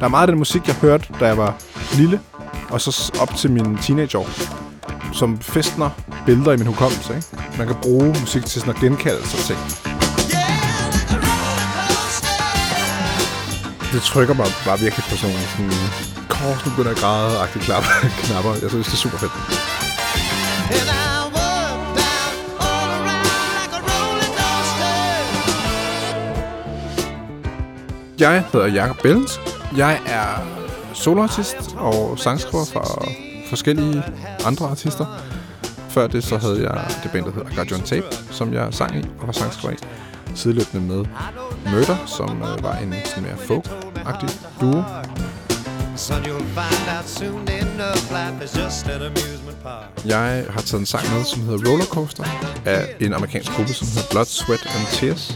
Der er meget af den musik, jeg hørte, da jeg var lille, og så op til mine teenageår, som fæstner billeder i min hukommelse, ikke? Man kan bruge musik til sådan at genkalde sig ting. Det trykker mig bare virkelig på sådan nogle kors, nu begynder at græde-agtige knapper. Jeg synes, det er super fedt. Jeg hedder Jacob Bellens. Jeg er soloartist og sangskriver for forskellige andre artister. Før det så havde jeg det band, der hedder Got You On Tape, som jeg sang i og var sangskriver i. Sideløbende med Murder, som var en sådan mere folk-agtig duo. Jeg har taget en sang med, som hedder Rollercoaster, af en amerikansk gruppe, som hedder Blood, Sweat and Tears.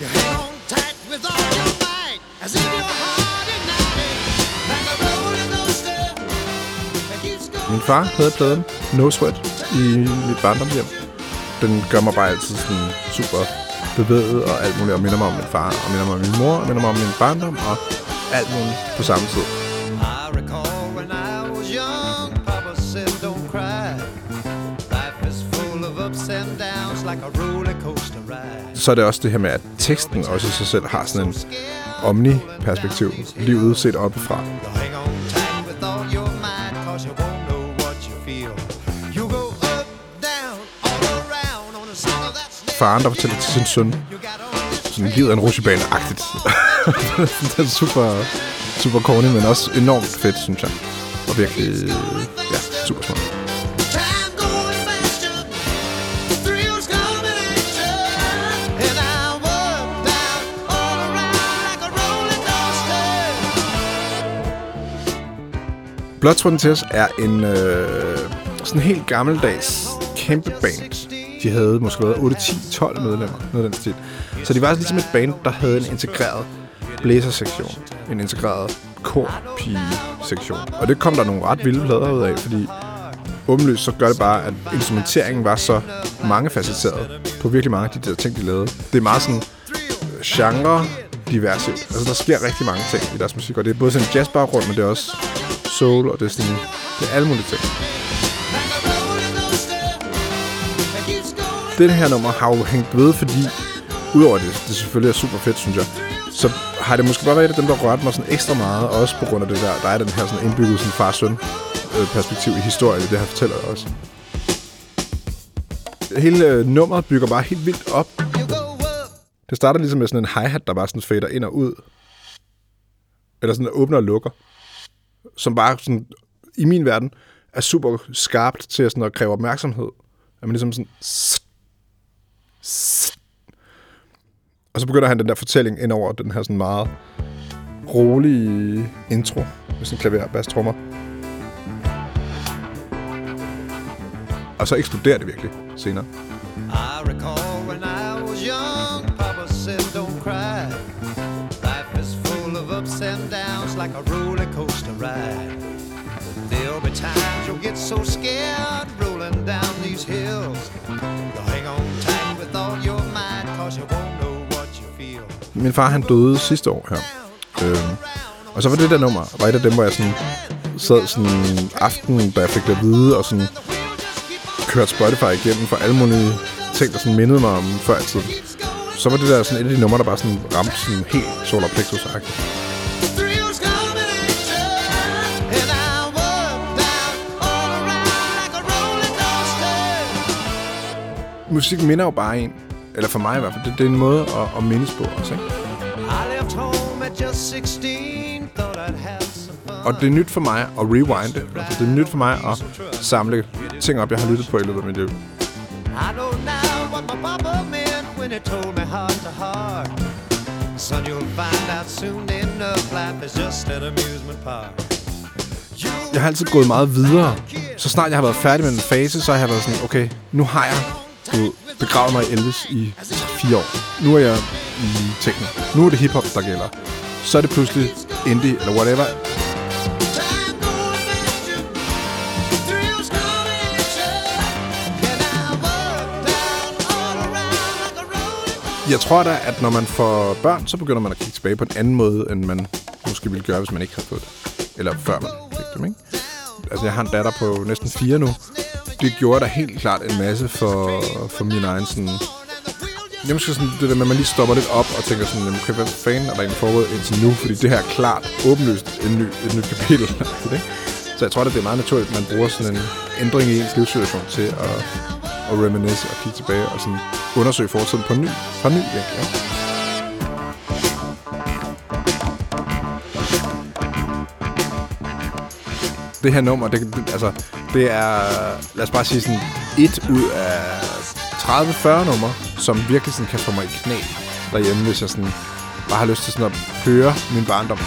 Min far havde pladen No Sweat i mit barndomshjem. Den gør mig bare altid sådan super bevæget og alt muligt, og minder mig om min far, og minder mig om min mor, og minder mig om min barndom, og alt muligt på samme tid. Så er det også det her med, at teksten også i sig selv har sådan en omni-perspektiv, livet set oppefra. Faren, der fortæller til sin søn, sådan livet af en rutsjebane-agtigt. Det er super corny, men også enormt fedt, synes jeg. Og virkelig, ja, super smart. Blood, Sweat and Tears er en sådan helt gammeldags kæmpe band. De havde måske været 8, 10, 12 medlemmer, noget af den stil. Så de var ligesom et band, der havde en integreret blæsersektion, en integreret korpige-sektion. Og det kom der nogle ret vilde plader ud af, fordi åbenlyst så gør det bare, at instrumenteringen var så mangefacetteret på virkelig mange af de der ting, de lavede. Det er meget sådan genre-diverse. Altså der sker rigtig mange ting i deres musik, og det er både sådan en jazzbaggrund, men det er også soul, og det er sådan, det er alle mulige ting. Det her nummer har jo hængt ved, fordi udover det selvfølgelig er super fedt, synes jeg, så har det måske bare været et af dem, der rørte mig sådan ekstra meget, og også på grund af det der er den her sådan indbygget sådan far-søn perspektiv i historien, det her fortæller også. Hele nummeret bygger bare helt vildt op. Det starter ligesom med sådan en hi-hat, der bare sådan fader ind og ud. Eller sådan åbner og lukker. Som bare sådan, i min verden, er super skarpt til sådan at kræve opmærksomhed. At man ligesom sådan... Og så begynder han den der fortælling ind over den her sådan meget rolige intro med sådan klaver, bass, trommer. Og så eksploderer det virkelig senere. I recall when I was young, Papa said don't cry. Life is full of ups and downs like a roller coaster ride. There'll be times you'll get so scared rolling down these hills. You'll hang on tight with all your might, cause you won't know what you feel. Min far, han døde sidste år her. Og så var det der nummer, var et af dem, hvor jeg sådan sad sådan en aften, da jeg fik det at vide, og sådan kørte Spotify igennem for alle mulige ting, der sådan mindede mig om før i tiden. Så var det der sådan et af de numre, der bare sådan ramte sådan helt solar plexus-agtigt. Musik minder jo bare en, eller for mig i hvert fald, det er en måde at mindes på også, ikke? Og det er nyt for mig at rewinde det. Det er nyt for mig at samle ting op, jeg har lyttet på i løbet af mit liv. Jeg har altid gået meget videre. Så snart jeg har været færdig med en fase, så har jeg været sådan, okay, nu har jeg begravet mig i Elvis i 4 år. Nu er jeg i techno. Nu er det hiphop, der gælder. Så er det pludselig indie eller whatever. Jeg tror da, at når man får børn, så begynder man at kigge tilbage på en anden måde, end man måske ville gøre, hvis man ikke havde fået det. Eller før man fik dem, ikke? Altså, jeg har en datter på næsten 4 nu. Det gjorde da helt klart en masse for min egen sådan... Jeg måske sådan det der med, at man lige stopper lidt op og tænker sådan, okay, hvad fanden er der egentlig forberedt indtil nu? Fordi det her er klart åbenlyst et nyt kapitel. Ikke? Så jeg tror, at det er meget naturligt, at man bruger sådan en ændring i ens livssituation til at reminisce og kigge tilbage og sådan undersøge fortiden fra ny vinkel. Ja? Det her nummer, det er, lad os bare sige sådan, 1 ud af 30-40 numre, som virkelig sådan kan få mig i knæ derhjemme, hvis jeg sådan bare har lyst til sådan at høre min barndom.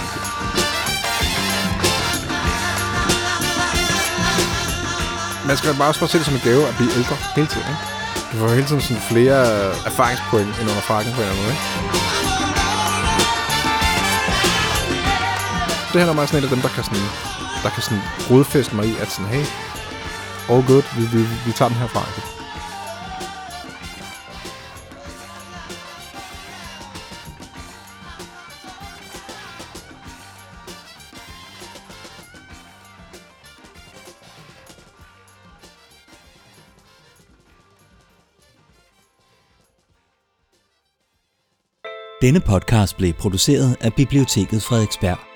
Man skal bare også se det som en gave at blive ældre hele tiden, ikke? Du får hele tiden sådan flere erfaringspoint end under frakken på en eller anden måde, ikke? Det her nummer er sådan en af dem, der kan sådan rodfæste mig i, at sådan, hey, all good, vi tager den herfra. Denne podcast blev produceret af Biblioteket Frederiksberg.